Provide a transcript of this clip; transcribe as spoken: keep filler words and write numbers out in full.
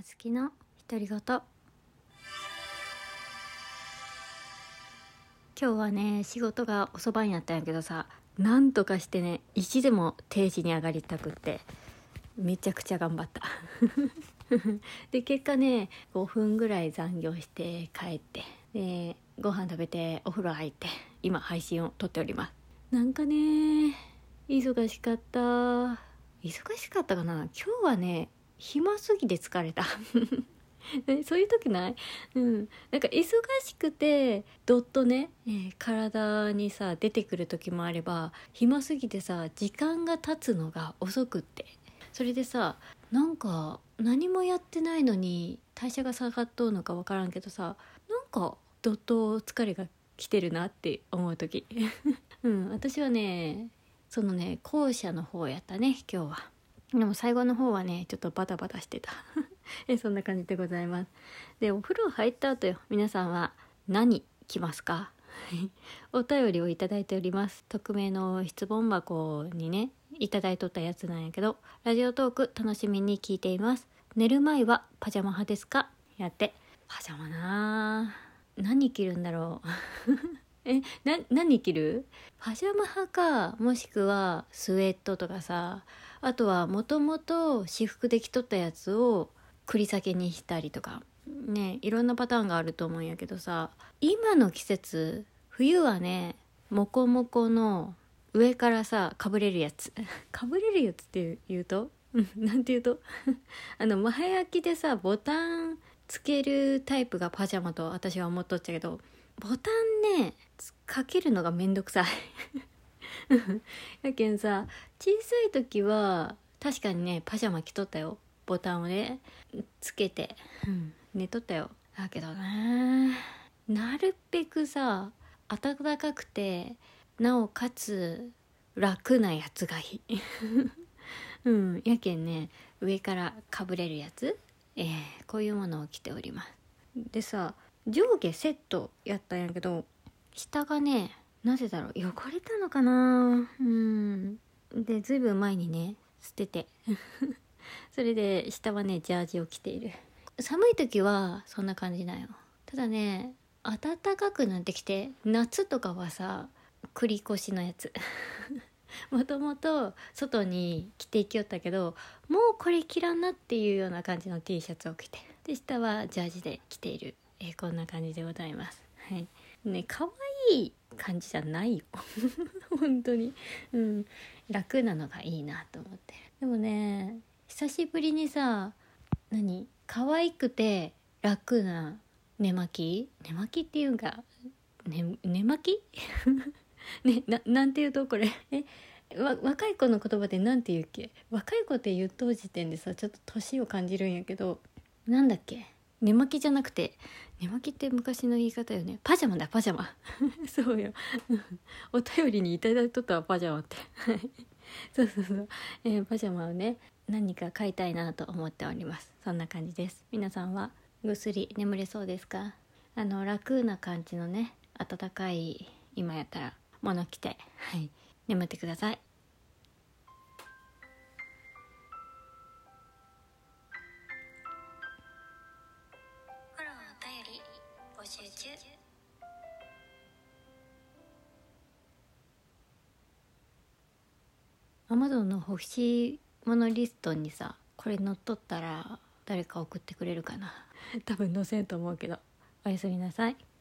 つきの独り言。今日はね仕事が遅番やったんやけどさ、なんとかしてねいちでも定時に上がりたくってめちゃくちゃ頑張ったで結果ねごふんぐらい残業して帰って、でご飯食べてお風呂入って今配信を撮っております。なんかね忙しかった忙しかったかな。今日はね暇すぎて疲れたそういう時ない？うん、なんか忙しくてどっとね、えー体にさ出てくる時もあれば、暇すぎてさ時間が経つのが遅くって、それでさなんか何もやってないのに代謝が下がっとうのか分からんけどさ、なんかどっと疲れが来てるなって思う時うん私はねそのね後者の方やったね今日は。でも最後の方はねちょっとバタバタしてたえそんな感じでございます。でお風呂入った後よ、皆さんは何着ますかお便りをいただいております。匿名の質問箱にねいただいとったやつなんやけど、ラジオトーク楽しみに聞いています。寝る前はパジャマ派ですか？やって。パジャマなぁ、何着るんだろうえな何着る？パジャマ派か、もしくはスウェットとかさ、あとはもともと私服で着とったやつを繰り裂けにしたりとかね、いろんなパターンがあると思うんやけどさ、今の季節冬はねモコモコの上からさかぶれるやつかぶれるやつって言うとなんて言うとあの前開きでさボタンつけるタイプがパジャマと私は思っとっちゃけど、ボタンねかけるのがめんどくさいやけんさ、小さい時は確かにねパジャマ着とったよ。ボタンをねつけて、うん、寝とったよ。だけどねなるべくさ暖かくてなおかつ楽なやつがいいうんやけんね上からかぶれるやつ、えー、こういうものを着ております。でさ上下セットやったんやけど、下がねなぜだろう汚れたのかな、うんでずいぶん前にね捨ててそれで下はねジャージを着ている。寒い時はそんな感じだよ。ただね暖かくなってきて夏とかはさ繰り越しのやつもともと外に着ていきよったけど、もうこれ着らんなっていうような感じの T シャツを着て、で下はジャージで着ている、えー、こんな感じでございます。はいね、可愛い感じじゃないよ本当に、うん、楽なのがいいなと思って。でもね久しぶりにさ何可愛くて楽な寝巻き寝巻きっていうんか、ね、寝巻きね、な, なんて言うとこれえわ若い子の言葉でなんて言うっけ。若い子って言うと時点でさちょっと年を感じるんやけど、なんだっけ、寝巻きじゃなくて、寝巻きって昔の言い方よね。パジャマだパジャマそうよお便りにいただいとったわパジャマってそうそうそう、えー、パジャマをね何か買いたいなと思っております。そんな感じです。皆さんはぐっすり眠れそうですか？あの楽な感じのね暖かい今やったらもの着て、はい、眠ってください。フォローお便り募集中。Amazon の欲しいものリストにさこれ載っとったら誰か送ってくれるかな多分載せんと思うけど、おやすみなさい。